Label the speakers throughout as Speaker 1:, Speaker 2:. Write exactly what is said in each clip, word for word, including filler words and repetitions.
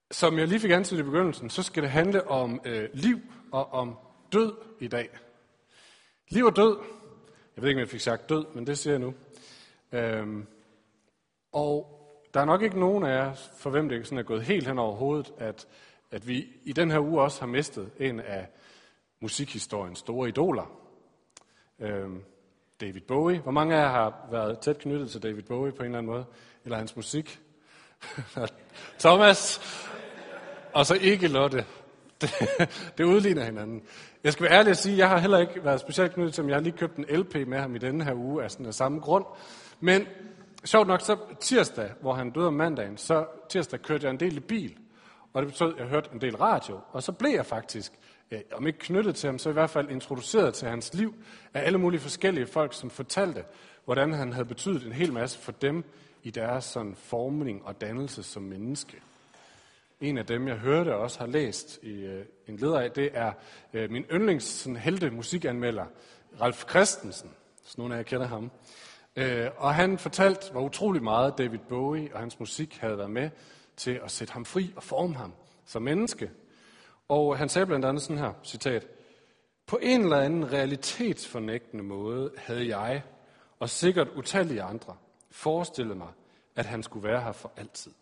Speaker 1: Som jeg lige fik antydet i begyndelsen, så skal det handle om øh, liv og om død i dag. Liv og død. Jeg ved ikke, om jeg fik sagt død, men det siger jeg nu. Øhm, og der er nok ikke nogen af jer, for hvem det sådan er gået helt hen over hovedet, at, at vi i den her uge også har mistet en af musikhistoriens store idoler. Øhm, David Bowie. Hvor mange af jer har været tæt knyttet til David Bowie på en eller anden måde? Eller hans musik? Thomas. Og så ikke Lotte. Det, det udligner hinanden. Jeg skal være ærlig at sige, at jeg har heller ikke været specielt knyttet til ham. Jeg har lige købt en L P med ham i denne her uge af, sådan, af samme grund. Men sjovt nok, så tirsdag, hvor han døde om mandagen, så tirsdag kørte jeg en del i bil. Og det betød, at jeg hørte en del radio. Og så blev jeg faktisk, eh, om ikke knyttet til ham, så i hvert fald introduceret til hans liv af alle mulige forskellige folk, som fortalte, hvordan han havde betydet en hel masse for dem i deres sådan, formning og dannelse som menneske. En af dem, jeg hørte og også har læst i øh, en leder af, det er øh, min yndlings sådan, helte musikanmelder, Ralf Christensen, hvis nogen af jer kender ham. Øh, og han fortalte, hvor utrolig meget David Bowie og hans musik havde været med til at sætte ham fri og forme ham som menneske. Og han sagde blandt andet sådan her, citat, på en eller anden realitetsfornægtende måde havde jeg, og sikkert utallige andre, forestillet mig, at han skulle være her for altid.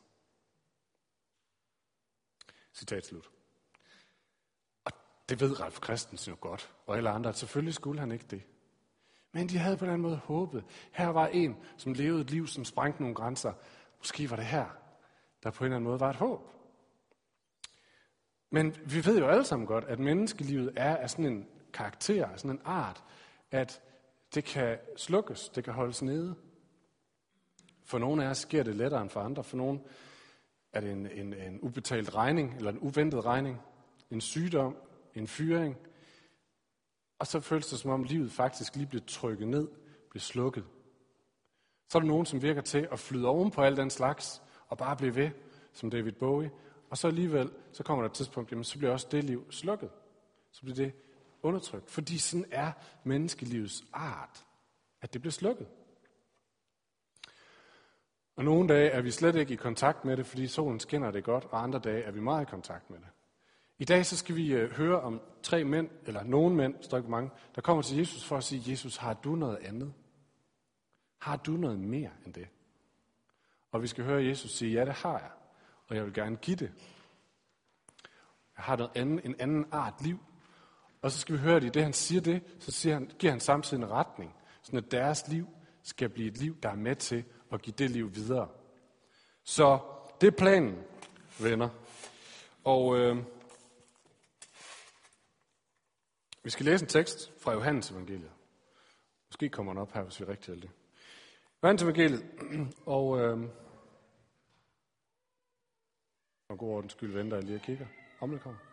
Speaker 1: Citat slut. Og det ved Ralf Christensen jo godt, og alle andre, at selvfølgelig skulle han ikke det. Men de havde på en eller anden måde håbet. Her var en, som levede et liv, som sprængte nogle grænser. Måske var det her, der på en eller anden måde var et håb. Men vi ved jo alle sammen godt, at menneskelivet er af sådan en karakter, af sådan en art, at det kan slukkes, det kan holdes nede. For nogle af os sker det lettere end for andre. For nogle er det en, en, en ubetalt regning, eller en uventet regning, en sygdom, en fyring. Og så føles det, som om livet faktisk lige bliver trykket ned, bliver slukket. Så er der nogen, som virker til at flyde oven på al den slags, og bare blive ved, som David Bowie. Og så alligevel, så kommer der et tidspunkt, jamen så bliver også det liv slukket. Så bliver det undertrykt. Fordi sådan er menneskelivets art, at det bliver slukket. Og nogle dage er vi slet ikke i kontakt med det, fordi solen skinner det godt, og andre dage er vi meget i kontakt med det. I dag så skal vi uh, høre om tre mænd, eller nogen mænd, står ikke mange, der kommer til Jesus for at sige, Jesus, har du noget andet? Har du noget mere end det? Og vi skal høre Jesus sige, ja, det har jeg, og jeg vil gerne give det. Jeg har noget andet, en anden art liv. Og så skal vi høre, at i det han siger det, så siger han, giver han samtidig en retning, sådan at deres liv skal blive et liv, der er med til at give det liv videre. Så det er planen, venner. Og øh, vi skal læse en tekst fra Johannes evangeliet. Måske kommer den op her, hvis vi er rigtig heldige. Johannes evangeliet, og øh, for god ordens skyld venter jeg lige og kigger, om det kommer.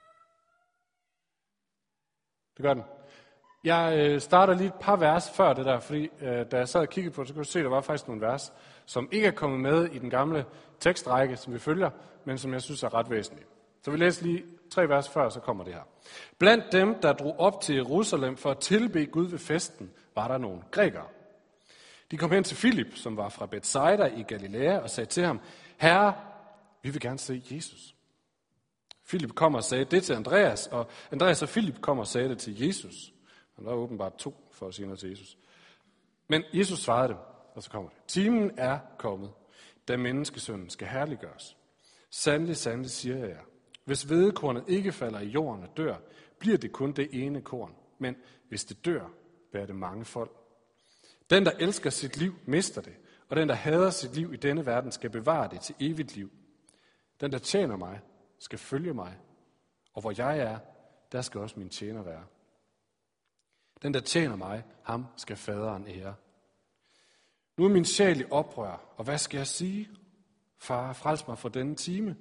Speaker 1: Det gør den. Jeg øh, starter lige et par vers før det der, fordi øh, da jeg sad og kiggede på det, så kunne jeg se, at der var faktisk nogle vers, som ikke er kommet med i den gamle tekstrække, som vi følger, men som jeg synes er ret væsentlige. Så vi læser lige tre vers før, så kommer det her. Blandt dem, der drog op til Jerusalem for at tilbede Gud ved festen, var der nogle grækere. De kom hen til Filip, som var fra Bethsaida i Galilea, og sagde til ham, Herre, vi vil gerne se Jesus. Filip kom og sagde det til Andreas, og Andreas og Filip kom og sagde det til Jesus. Han var åbenbart to for at sige noget til Jesus. Men Jesus svarede dem, og så kommer det. Timen er kommet, da menneskesønnen skal herliggøres. Sandelig, sandelig siger jeg jer. Hvis hvedekornet ikke falder i jorden og dør, bliver det kun det ene korn. Men hvis det dør, bærer det mange folk. Den, der elsker sit liv, mister det. Og den, der hader sit liv i denne verden, skal bevare det til evigt liv. Den, der tjener mig, skal følge mig. Og hvor jeg er, der skal også min tjener være. Den, der tjener mig, ham skal faderen ære. Nu er min sjæl i oprør, og hvad skal jeg sige? Far, frels mig fra denne time.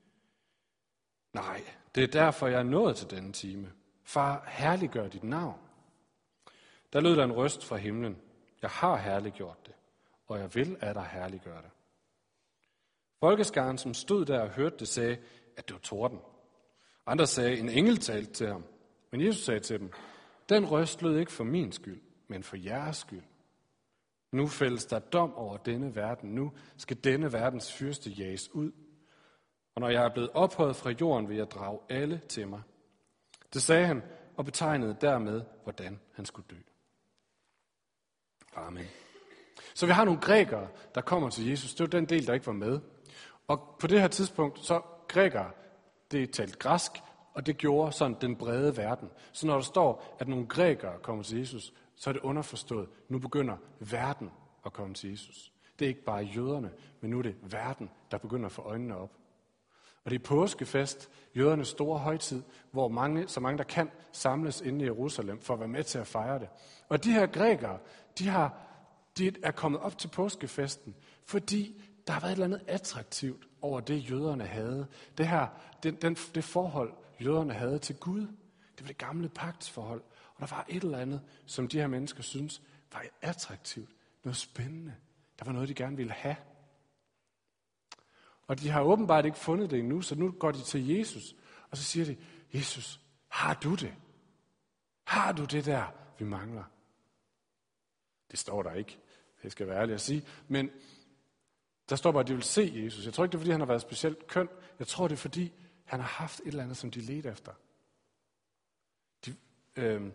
Speaker 1: Nej, det er derfor, jeg er nået til denne time. Far, herliggør dit navn. Der lød der en røst fra himlen. Jeg har herliggjort det, og jeg vil, at der herliggør det. Folkeskaren, som stod der og hørte det, sagde, at det var torden. Andre sagde, en engel talte til ham. Men Jesus sagde til dem, den røst lød ikke for min skyld, men for jeres skyld. Nu fældes der dom over denne verden. Nu skal denne verdens fyrste jages ud. Og når jeg er blevet ophøjet fra jorden, vil jeg drage alle til mig. Det sagde han, og betegnede dermed, hvordan han skulle dø. Amen. Så vi har nogle grækere, der kommer til Jesus. Det var den del, der ikke var med. Og på det her tidspunkt, så grækere, det talte græsk, og det gjorde sådan den brede verden. Så når der står, at nogle grækere kommer til Jesus, så er det underforstået, nu begynder verden at komme til Jesus. Det er ikke bare jøderne, men nu er det verden, der begynder at få øjnene op. Og det er påskefest, jødernes store højtid, hvor mange, så mange der kan samles inde i Jerusalem for at være med til at fejre det. Og de her grækere, de, har, de er kommet op til påskefesten, fordi der har været et eller andet attraktivt over det, jøderne havde. Det her, den, den, det forhold, jøderne havde til Gud, det var det gamle pagtsforhold. Og der var et eller andet, som de her mennesker synes var attraktivt, noget spændende. Der var noget, de gerne ville have. Og de har åbenbart ikke fundet det endnu, så nu går de til Jesus, og så siger de, Jesus, har du det? Har du det der, vi mangler? Det står der ikke, det skal være ærlig at sige, men der står bare, at de vil se Jesus. Jeg tror ikke, det er, fordi han har været specielt køn. Jeg tror, det er, fordi han har haft et eller andet, som de ledte efter. De, øh,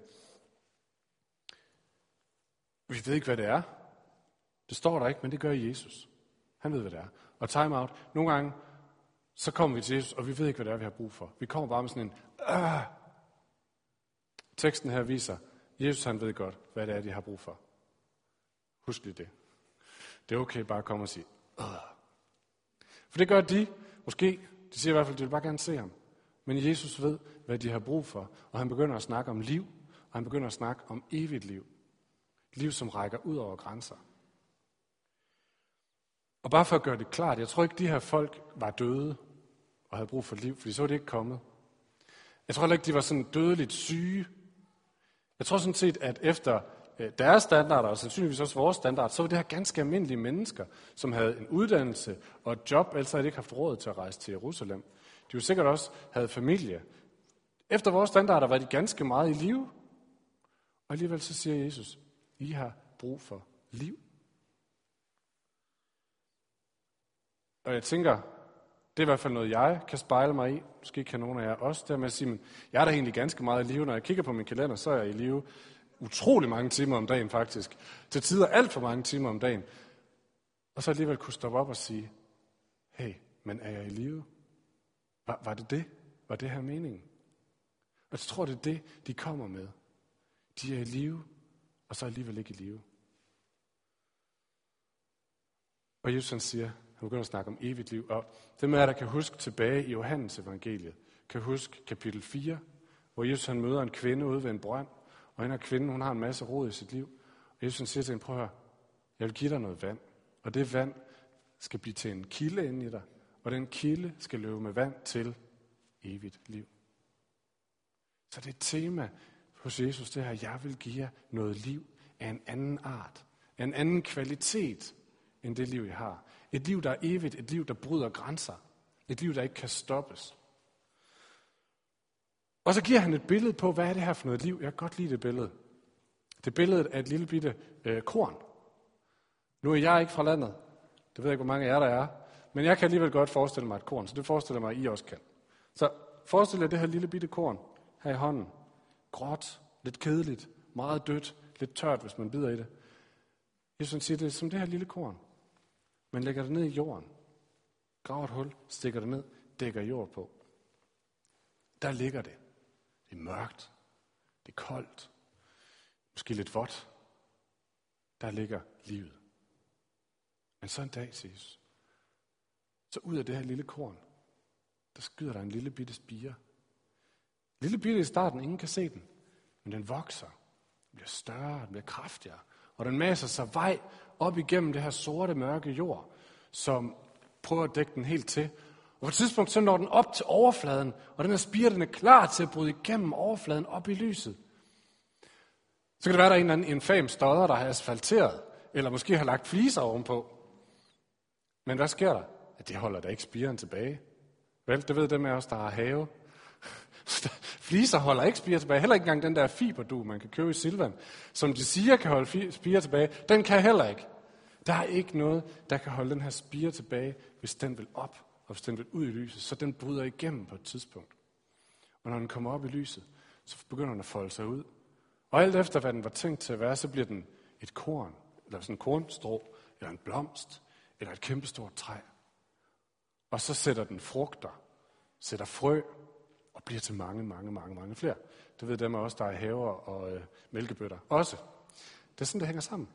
Speaker 1: vi ved ikke, hvad det er. Det står der ikke, men det gør Jesus. Han ved, hvad det er. Og time out. Nogle gange, så kommer vi til Jesus, og vi ved ikke, hvad det er, vi har brug for. Vi kommer bare med sådan en, øh. Teksten her viser, Jesus han ved godt, hvad det er, de har brug for. Husk lige det. Det er okay bare at komme og sige, øh. For det gør de, måske, de siger i hvert fald, de vil bare gerne se ham. Men Jesus ved, hvad de har brug for, og han begynder at snakke om liv, og han begynder at snakke om evigt liv. Liv, som rækker ud over grænser. Og bare for at gøre det klart, jeg tror ikke, de her folk var døde og havde brug for liv, fordi så var det ikke kommet. Jeg tror heller ikke, de var sådan dødeligt syge. Jeg tror sådan set, at efter deres standarder, og sandsynligvis også vores standard, så var det her ganske almindelige mennesker, som havde en uddannelse og et job, ellers havde de ikke haft råd til at rejse til Jerusalem. De jo sikkert også havde familie. Efter vores standarder var de ganske meget i live. Og alligevel så siger Jesus, I har brug for liv. Og jeg tænker, det er i hvert fald noget, jeg kan spejle mig i. Måske kan nogle af jer også. Det med at sige, men jeg er da egentlig ganske meget i live. Når jeg kigger på min kalender, så er jeg i live utrolig mange timer om dagen faktisk. Til tider alt for mange timer om dagen. Og så alligevel kunne stoppe op og sige, hey, men er jeg i live? Var, var det det? Var det her meningen? Og jeg tror, det er det, de kommer med. De er i live, og så alligevel ikke i live. Og Jesus han siger, han begynder at snakke om evigt liv. Og det med, at der kan huske tilbage i Johannes evangeliet, kan huske kapitel fire, hvor Jesus han møder en kvinde ude ved en brønd, og hende her kvinde, hun har en masse rod i sit liv. Og Jesus han siger til hende, prøv at høre, jeg vil give dig noget vand. Og det vand skal blive til en kilde inde i dig, og den kilde skal løbe med vand til evigt liv. Så det er et tema hos Jesus, det her, jeg vil give jer noget liv af en anden art, af en anden kvalitet, end det liv, I har. Et liv, der er evigt, et liv, der bryder grænser. Et liv, der ikke kan stoppes. Og så giver han et billede på, hvad er det her for noget liv? Jeg kan godt lide det billede. Det er billedet af et lille bitte øh, korn. Nu er jeg ikke fra landet. Det ved jeg ikke, hvor mange af jer der er. Men jeg kan alligevel godt forestille mig et korn, så det forestiller mig, at I også kan. Så forestil jer det her lille bitte korn her i hånden. Gråt, lidt kedeligt, meget dødt, lidt tørt, hvis man bider i det. Jesus siger, det er som det her lille korn. Man lægger det ned i jorden, graver et hul, stikker det ned, dækker jord på. Der ligger det. Det er mørkt. Det er koldt. Måske lidt vådt. Der ligger livet. Men så en dag, ses, så ud af det her lille korn, der skyder der en lille bitte spire. Lille bitte i starten, ingen kan se den, men den vokser. Den bliver større, den bliver kraftigere. Og den masser sig vej op igennem det her sorte, mørke jord, som prøver at dække den helt til. Og på et tidspunkt så når den op til overfladen, og den her spire, den er klar til at bryde igennem overfladen op i lyset. Så kan det være, der er en eller anden infam stodder, der har asfalteret, eller måske har lagt fliser ovenpå. Men hvad sker der? Ja, det holder da ikke spiren tilbage. Vel, det ved dem af os, der har have. Fliser holder ikke spirer tilbage. Heller ikke engang den der fiberdug, man kan købe i Silvan, som de siger kan holde spirer tilbage, den kan heller ikke. Der er ikke noget, der kan holde den her spire tilbage, hvis den vil op og hvis den vil ud i lyset, så den bryder igennem på et tidspunkt. Og når den kommer op i lyset, så begynder den at folde sig ud. Og alt efter, hvad den var tænkt til at være, så bliver den et korn, eller sådan en kornstrå, eller en blomst, eller et kæmpestort træ. Og så sætter den frugter, sætter frø, og bliver til mange, mange, mange, mange flere. Det ved dem af os, der er haver og øh, mælkebøtter også. Det er sådan, det hænger sammen.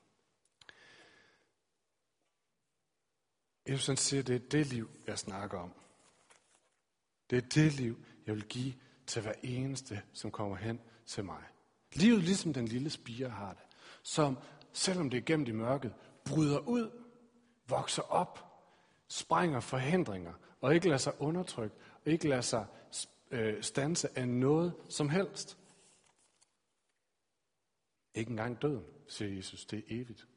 Speaker 1: Jesus siger, det er det liv, jeg snakker om. Det er det liv, jeg vil give til hver eneste, som kommer hen til mig. Livet ligesom den lille spire har det, som selvom det er gemt i mørket, bryder ud, vokser op, sprænger forhindringer, og ikke lader sig undertrykke, og ikke lader sig øh, standse af noget som helst. Ikke engang døden, siger Jesus, det er evigt.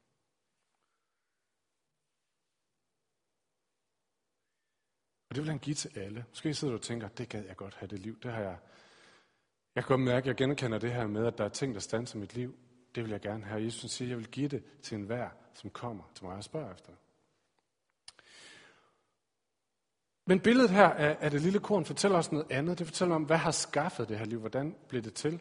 Speaker 1: Og det vil han give til alle. Måske sidder du og tænker, det gad jeg godt have det liv. Det har jeg. Jeg kan godt mærke, at jeg genkender det her med, at der er ting, der standser mit liv. Det vil jeg gerne have. Jesus siger, at jeg vil give det til enhver, som kommer til mig og spørger efter det. Men billedet her af, af det lille korn fortæller os noget andet. Det fortæller om, hvad har skaffet det her liv? Hvordan blev det til?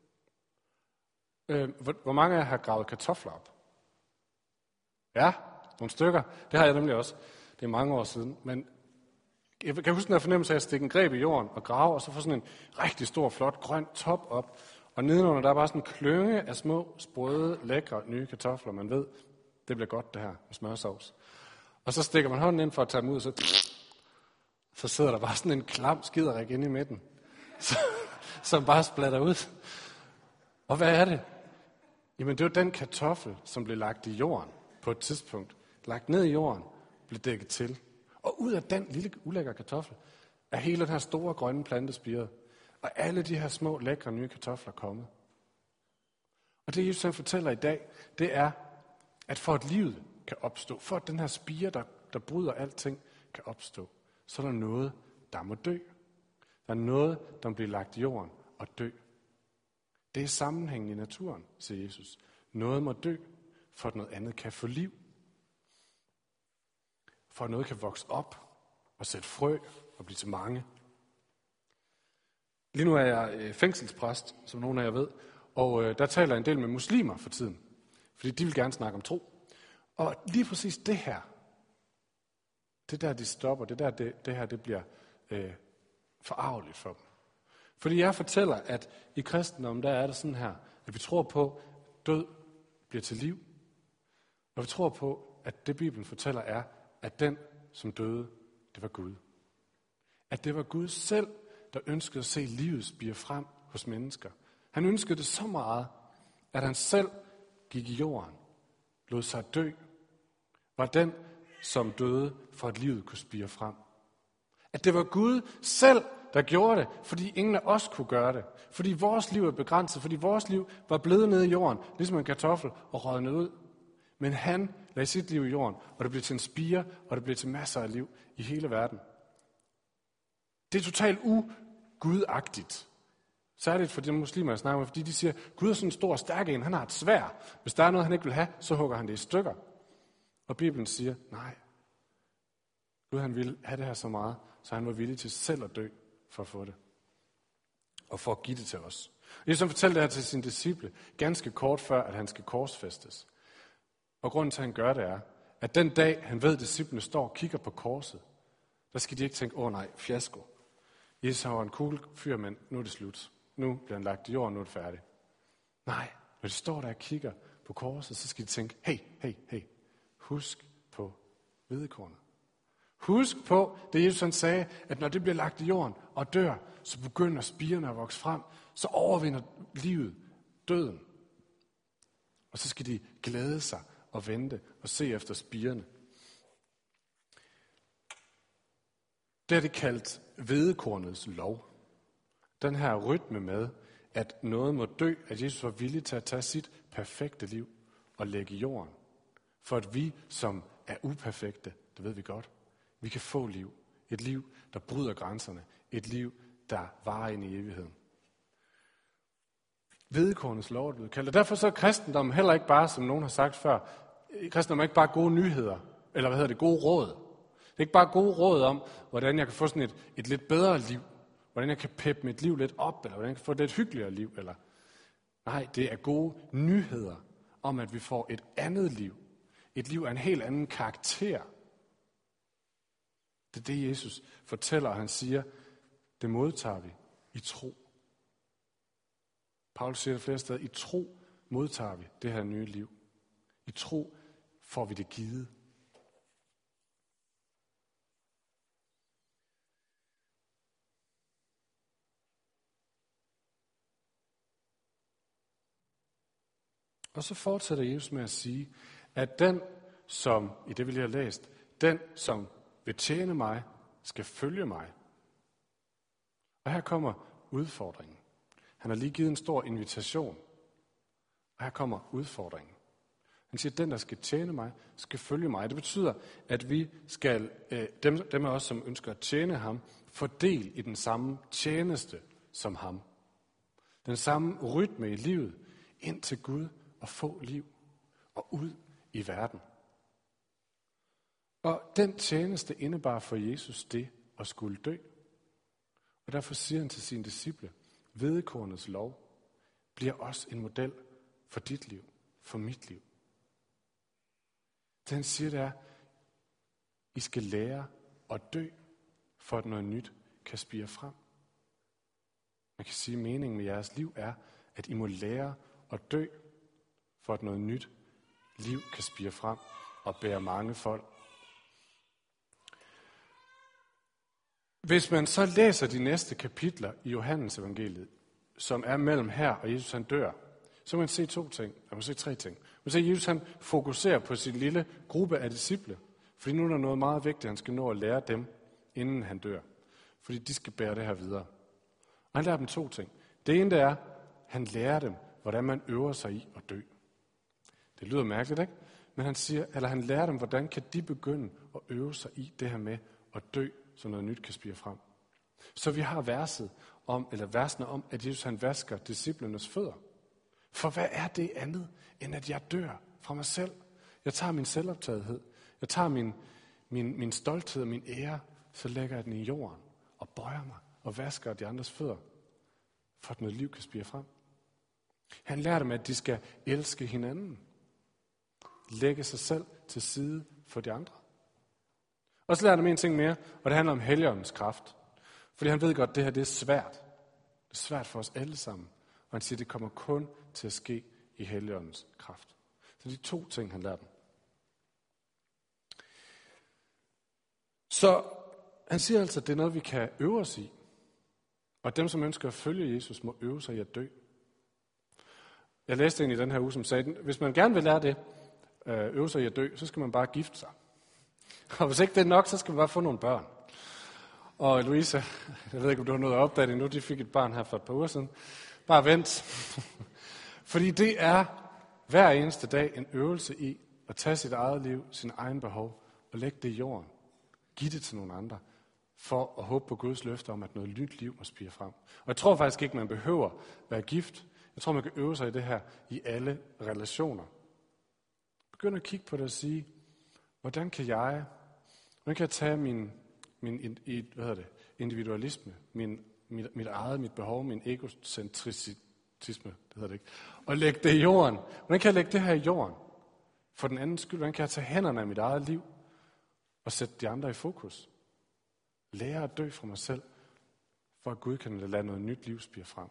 Speaker 1: Øh, hvor, hvor mange af jer har gravet kartofler op? Ja, nogle stykker. Det har jeg nemlig også. Det er mange år siden. Men jeg kan huske den her fornemmelse af at stikke en greb i jorden og grave, og så få sådan en rigtig stor, flot, grøn top op. Og nedenunder der er bare sådan en klynge af små, sprøde, lækre, nye kartofler. Man ved, det bliver godt det her med smørsovs. Og så stikker man hånden ind for at tage dem ud, og så, så sidder der bare sådan en klam skiderik inde i midten, som bare splatter ud. Og hvad er det? Jamen det var den kartoffel, som blev lagt i jorden på et tidspunkt. Lagt ned i jorden, blev dækket til. Og ud af den lille ulækre kartoffel er hele den her store grønne plante spiret. Og alle de her små, lækre nye kartofler kommet. Og det Jesus han fortæller i dag, det er, at for at livet kan opstå, for at den her spire, der, der bryder alting, kan opstå, så er der noget, der må dø. Der er noget, der bliver lagt i jorden og dø. Det er sammenhængen i naturen, siger Jesus. Noget må dø, for at noget andet kan få liv. For at noget kan vokse op og sætte frø og blive til mange. Lige nu er jeg fængselspræst, som nogle af jer ved, og øh, der taler jeg en del med muslimer for tiden, fordi de vil gerne snakke om tro. Og lige præcis det her, det der de stopper, det der det, det her det bliver øh, forarveligt for dem. Fordi jeg fortæller, at i kristendommen, der er det sådan her, at vi tror på, at død bliver til liv. Og vi tror på, at det Bibelen fortæller er, at den, som døde, det var Gud. At det var Gud selv, der ønskede at se livet spire frem hos mennesker. Han ønskede det så meget, at han selv gik i jorden, lod sig dø, var den, som døde, for at livet kunne spire frem. At det var Gud selv, der gjorde det, fordi ingen af os kunne gøre det. Fordi vores liv er begrænset, fordi vores liv var blevet nede i jorden, ligesom en kartoffel, og rådnet ud. Men han lagde sit liv i jorden, og det blev til en spire, og det blev til masser af liv i hele verden. Det er totalt ugudagtigt. Særligt for de muslimer, jeg snakker med, fordi de siger, Gud er sådan en stor og stærk en, han har et sværd. Hvis der er noget, han ikke vil have, så hugger han det i stykker. Og Bibelen siger, nej. Gud han ville have det her så meget, så han var villig til selv at dø for at få det. Og for at give det til os. Jesus fortæller det her til sine disciple, ganske kort før, at han skal korsfæstes. Og grunden til, at han gør det er, at den dag, han ved, at disciplene står og kigger på korset, der skal de ikke tænke, åh nej, fiasko. Jesus har en cool fyr, men nu er det slut. Nu bliver han lagt i jorden, nu er det færdigt. Nej, når de står der og kigger på korset, så skal de tænke, hey, hey, hey, husk på hvedekornet. Husk på det, Jesus han sagde, at når det bliver lagt i jorden og dør, så begynder spirene at vokse frem, så overvinder livet døden. Og så skal de glæde sig og vente og se efter spirene. Det er det kaldt hvedekornets lov. Den her rytme med, at noget må dø, at Jesus var villig til at tage sit perfekte liv og lægge i jorden. For at vi, som er uperfekte, det ved vi godt, vi kan få liv. Et liv, der bryder grænserne. Et liv, der varer ind i evigheden. Hvedekornets lov er blevet kaldt. Og derfor så er kristendommen heller ikke bare, som nogen har sagt før, kristendommen er ikke bare gode nyheder, eller hvad hedder det, gode råd. Det er ikke bare gode råd om, hvordan jeg kan få sådan et, et lidt bedre liv. Hvordan jeg kan peppe mit liv lidt op, eller hvordan jeg kan få et lidt hyggeligere liv. Eller... Nej, det er gode nyheder om, at vi får et andet liv. Et liv af en helt anden karakter. Det er det, Jesus fortæller, og han siger, det modtager vi i tro. Paulus siger det flere steder, i tro modtager vi det her nye liv. I tro får vi det givet. Og så fortsætter Jesus med at sige, at den, som, i det vi lige har læst, den, som vil tjene mig, skal følge mig. Og her kommer udfordringen. Han har lige givet en stor invitation. Og her kommer udfordringen. Han siger, at den, der skal tjene mig, skal følge mig. Det betyder, at vi skal, øh, dem, dem af os, som ønsker at tjene ham, få del i den samme tjeneste som ham. Den samme rytme i livet, ind til Gud og få liv og ud i verden. Og den tjeneste indebar for Jesus det at skulle dø. Og derfor siger han til sine disciple, hvedekornets lov bliver også en model for dit liv, for mit liv. Den siger, det er, I skal lære at dø, for at noget nyt kan spire frem. Man kan sige, at meningen med jeres liv er, at I må lære at dø, for at noget nyt liv kan spire frem og bære mange folk. Hvis man så læser de næste kapitler i Johannes evangeliet, som er mellem her og Jesus han dør, så kan man se to ting. Man kan se tre ting. Man kan se, at Jesus han fokuserer på sin lille gruppe af disciple, fordi nu er der noget meget vigtigt, han skal nå at lære dem, inden han dør. Fordi de skal bære det her videre. Og han lærer dem to ting. Det ene det er, han lærer dem, hvordan man øver sig i at dø. Det lyder mærkeligt, ikke? Men han siger, eller han lærer dem, hvordan kan de begynde at øve sig i det her med at dø, så noget nyt kan spire frem. Så vi har verset om, eller versene om, at Jesus han vasker disciplernes fødder. For hvad er det andet, end at jeg dør fra mig selv? Jeg tager min selvoptagethed, jeg tager min, min, min stolthed og min ære, så lægger jeg den i jorden og bøjer mig og vasker de andres fødder, for at noget liv kan spire frem. Han lærer dem, at de skal elske hinanden. Lægge sig selv til side for de andre. Og så lærer han dem en ting mere, og det handler om Helligåndens kraft. Fordi han ved godt, at det her det er svært. Det er svært for os alle sammen. Og han siger, at det kommer kun til at ske i Helligåndens kraft. Så de to ting, han lærer dem. Så han siger altså, at det er noget, vi kan øve os i. Og dem, som ønsker at følge Jesus, må øve sig i at dø. Jeg læste en i den her uge, som sagde, at hvis man gerne vil lære det, øve sig i at dø, så skal man bare gifte sig. Og hvis ikke det er nok, så skal man bare få nogle børn. Og Louise, jeg ved ikke, om du har noget at opdage endnu, de fik et barn her for et par uger siden. Bare vent. Fordi det er hver eneste dag en øvelse i at tage sit eget liv, sin egen behov, og lægge det i jorden. Giv det til nogle andre, for at håbe på Guds løfte om, at noget nyt liv må spire frem. Og jeg tror faktisk ikke, man behøver at være gift. Jeg tror, man kan øve sig i det her i alle relationer. Begynd at kigge på det og sige, hvordan kan jeg, hvordan kan jeg tage min, min hvad hedder det, individualisme, min, mit, mit eget, mit behov, min egocentricisme, det hedder det ikke, og lægge det i jorden. Hvordan kan jeg lægge det her i jorden? For den anden skyld, hvordan kan jeg tage hænderne af mit eget liv og sætte de andre i fokus? Lære at dø fra mig selv, for at Gud kan lade noget nyt liv spire frem.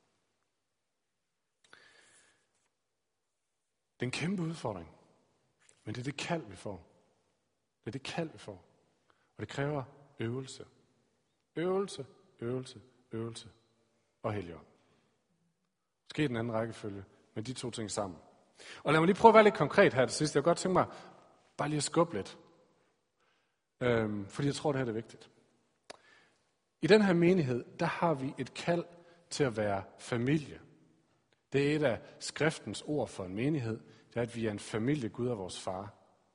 Speaker 1: Det er en kæmpe udfordring, men det er det kald, vi får. Det er det kald, vi får. Og det kræver øvelse. Øvelse, øvelse, øvelse og Helligånd. Måske den anden rækkefølge, men de to ting sammen. Og lad mig lige prøve at være lidt konkret her til sidst. Jeg kunne godt tænke mig bare lige at skubbe lidt. Øhm, fordi jeg tror, det her er vigtigt. I den her menighed, der har vi et kald til at være familie. Det er et af skriftens ord for en menighed. Det er, at vi er en familie, Gud er vores far.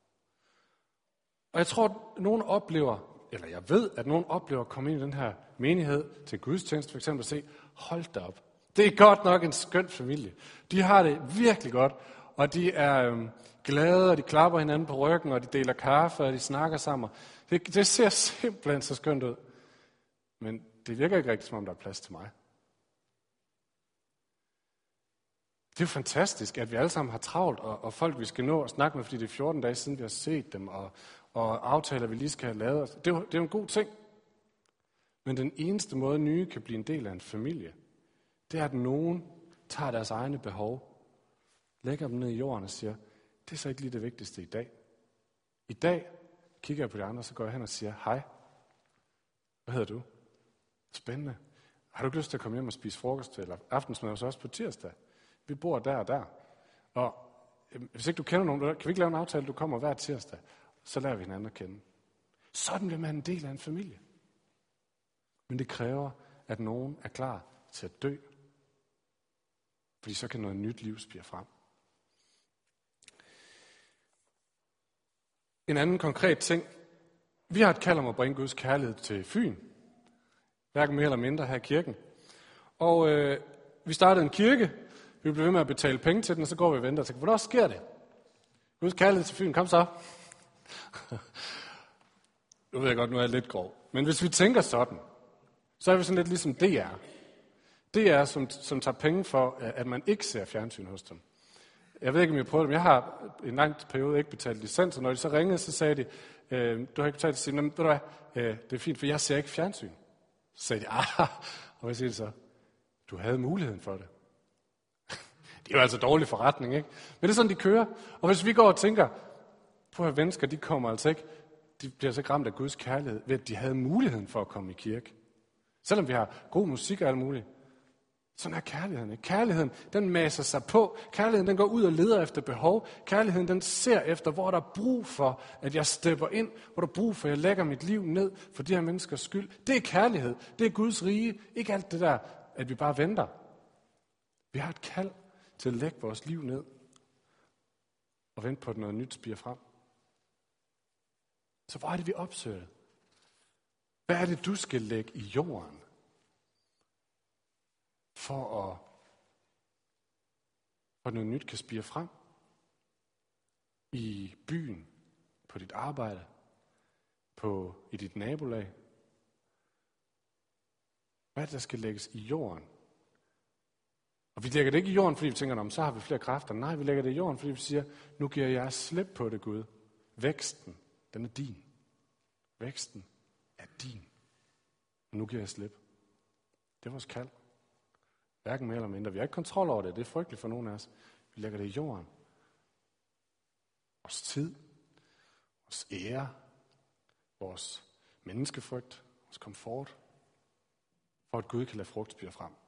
Speaker 1: Og jeg tror, at nogen oplever, eller jeg ved, at nogen oplever at komme ind i den her menighed til gudstjeneste, for eksempel at se, hold da op. Det er godt nok en skøn familie. De har det virkelig godt, og de er øhm, glade, og de klapper hinanden på ryggen, og de deler kaffe, og de snakker sammen. Det, det ser simpelthen så skønt ud. Men det virker ikke rigtigt, som om der er plads til mig. Det er jo fantastisk, at vi alle sammen har travlt, og, og folk, vi skal nå at snakke med, fordi det er fjorten dage siden, vi har set dem, og, og aftaler, vi lige skal have lavet. Det er, jo, det er jo en god ting. Men den eneste måde, nye kan blive en del af en familie, det er, at nogen tager deres egne behov, lægger dem ned i jorden og siger, det er så ikke lige det vigtigste i dag. I dag kigger jeg på de andre, så går jeg hen og siger, hej, hvad hedder du? Spændende. Har du ikke lyst til at komme hjem og spise frokost eller aftensmad hos os på tirsdag? Vi bor der og der. Og hvis ikke du kender nogen, kan vi ikke lave en aftale, du kommer hver tirsdag? Så lærer vi hinanden at kende. Sådan bliver man en del af en familie. Men det kræver, at nogen er klar til at dø. Fordi så kan noget nyt liv spire frem. En anden konkret ting. Vi har et kald om at bringe Guds kærlighed til Fyn. Hverken mere eller mindre her i kirken. Og øh, vi startede en kirke. Vi blev ved med at betale penge til den, og så går vi og venter og tænker, hvornår sker det? Guds kærlighed til Fyn, kom så. Nu ved jeg godt, nu er jeg lidt grov. Men hvis vi tænker sådan, så er vi sådan lidt ligesom D R. D R, som, som tager penge for, at man ikke ser fjernsyn hos dem. Jeg ved ikke, om jeg prøvede det, men jeg har i en lang periode ikke betalt licens, og når de så ringede, så sagde de, øh, du har ikke betalt licens, ved du hvad, øh, det er fint, for jeg ser ikke fjernsyn. Så sagde de, ah, og hvad siger de så? Du havde muligheden for det. Det er jo altså dårlig forretning, ikke? Men det er sådan, de kører. Og hvis vi går og tænker, på at mennesker, de kommer altså ikke, de bliver altså ikke ramt af Guds kærlighed, ved at de havde muligheden for at komme i kirke. Selvom vi har god musik og alt muligt. Sådan er kærligheden, ikke? Kærligheden, den masser sig på. Kærligheden, den går ud og leder efter behov. Kærligheden, den ser efter, hvor der er brug for, at jeg stepper ind. Hvor der er brug for, at jeg lægger mit liv ned for de her menneskers skyld. Det er kærlighed. Det er Guds rige. Ikke alt det der, at vi bare venter. Vi har et kald til at lægge vores liv ned og vente på, at noget nyt spirer frem. Så hvor er det, vi opsøger det? Hvad er det, du skal lægge i jorden for at, for at noget nyt kan spire frem? I byen, på dit arbejde, på, i dit nabolag? Hvad er det, der skal lægges i jorden? Og vi lægger det ikke i jorden, fordi vi tænker, så har vi flere kræfter. Nej, vi lægger det i jorden, fordi vi siger, nu giver jeg slip på det, Gud. Væksten, den er din. Væksten er din. Og nu giver jeg slip. Det er vores kald. Hverken mere eller mindre. Vi har ikke kontrol over det. Det er frygteligt for nogen af os. Vi lægger det i jorden. Vores tid, vores ære, vores menneskefrygt, vores komfort, for at Gud kan lade frugt spire frem.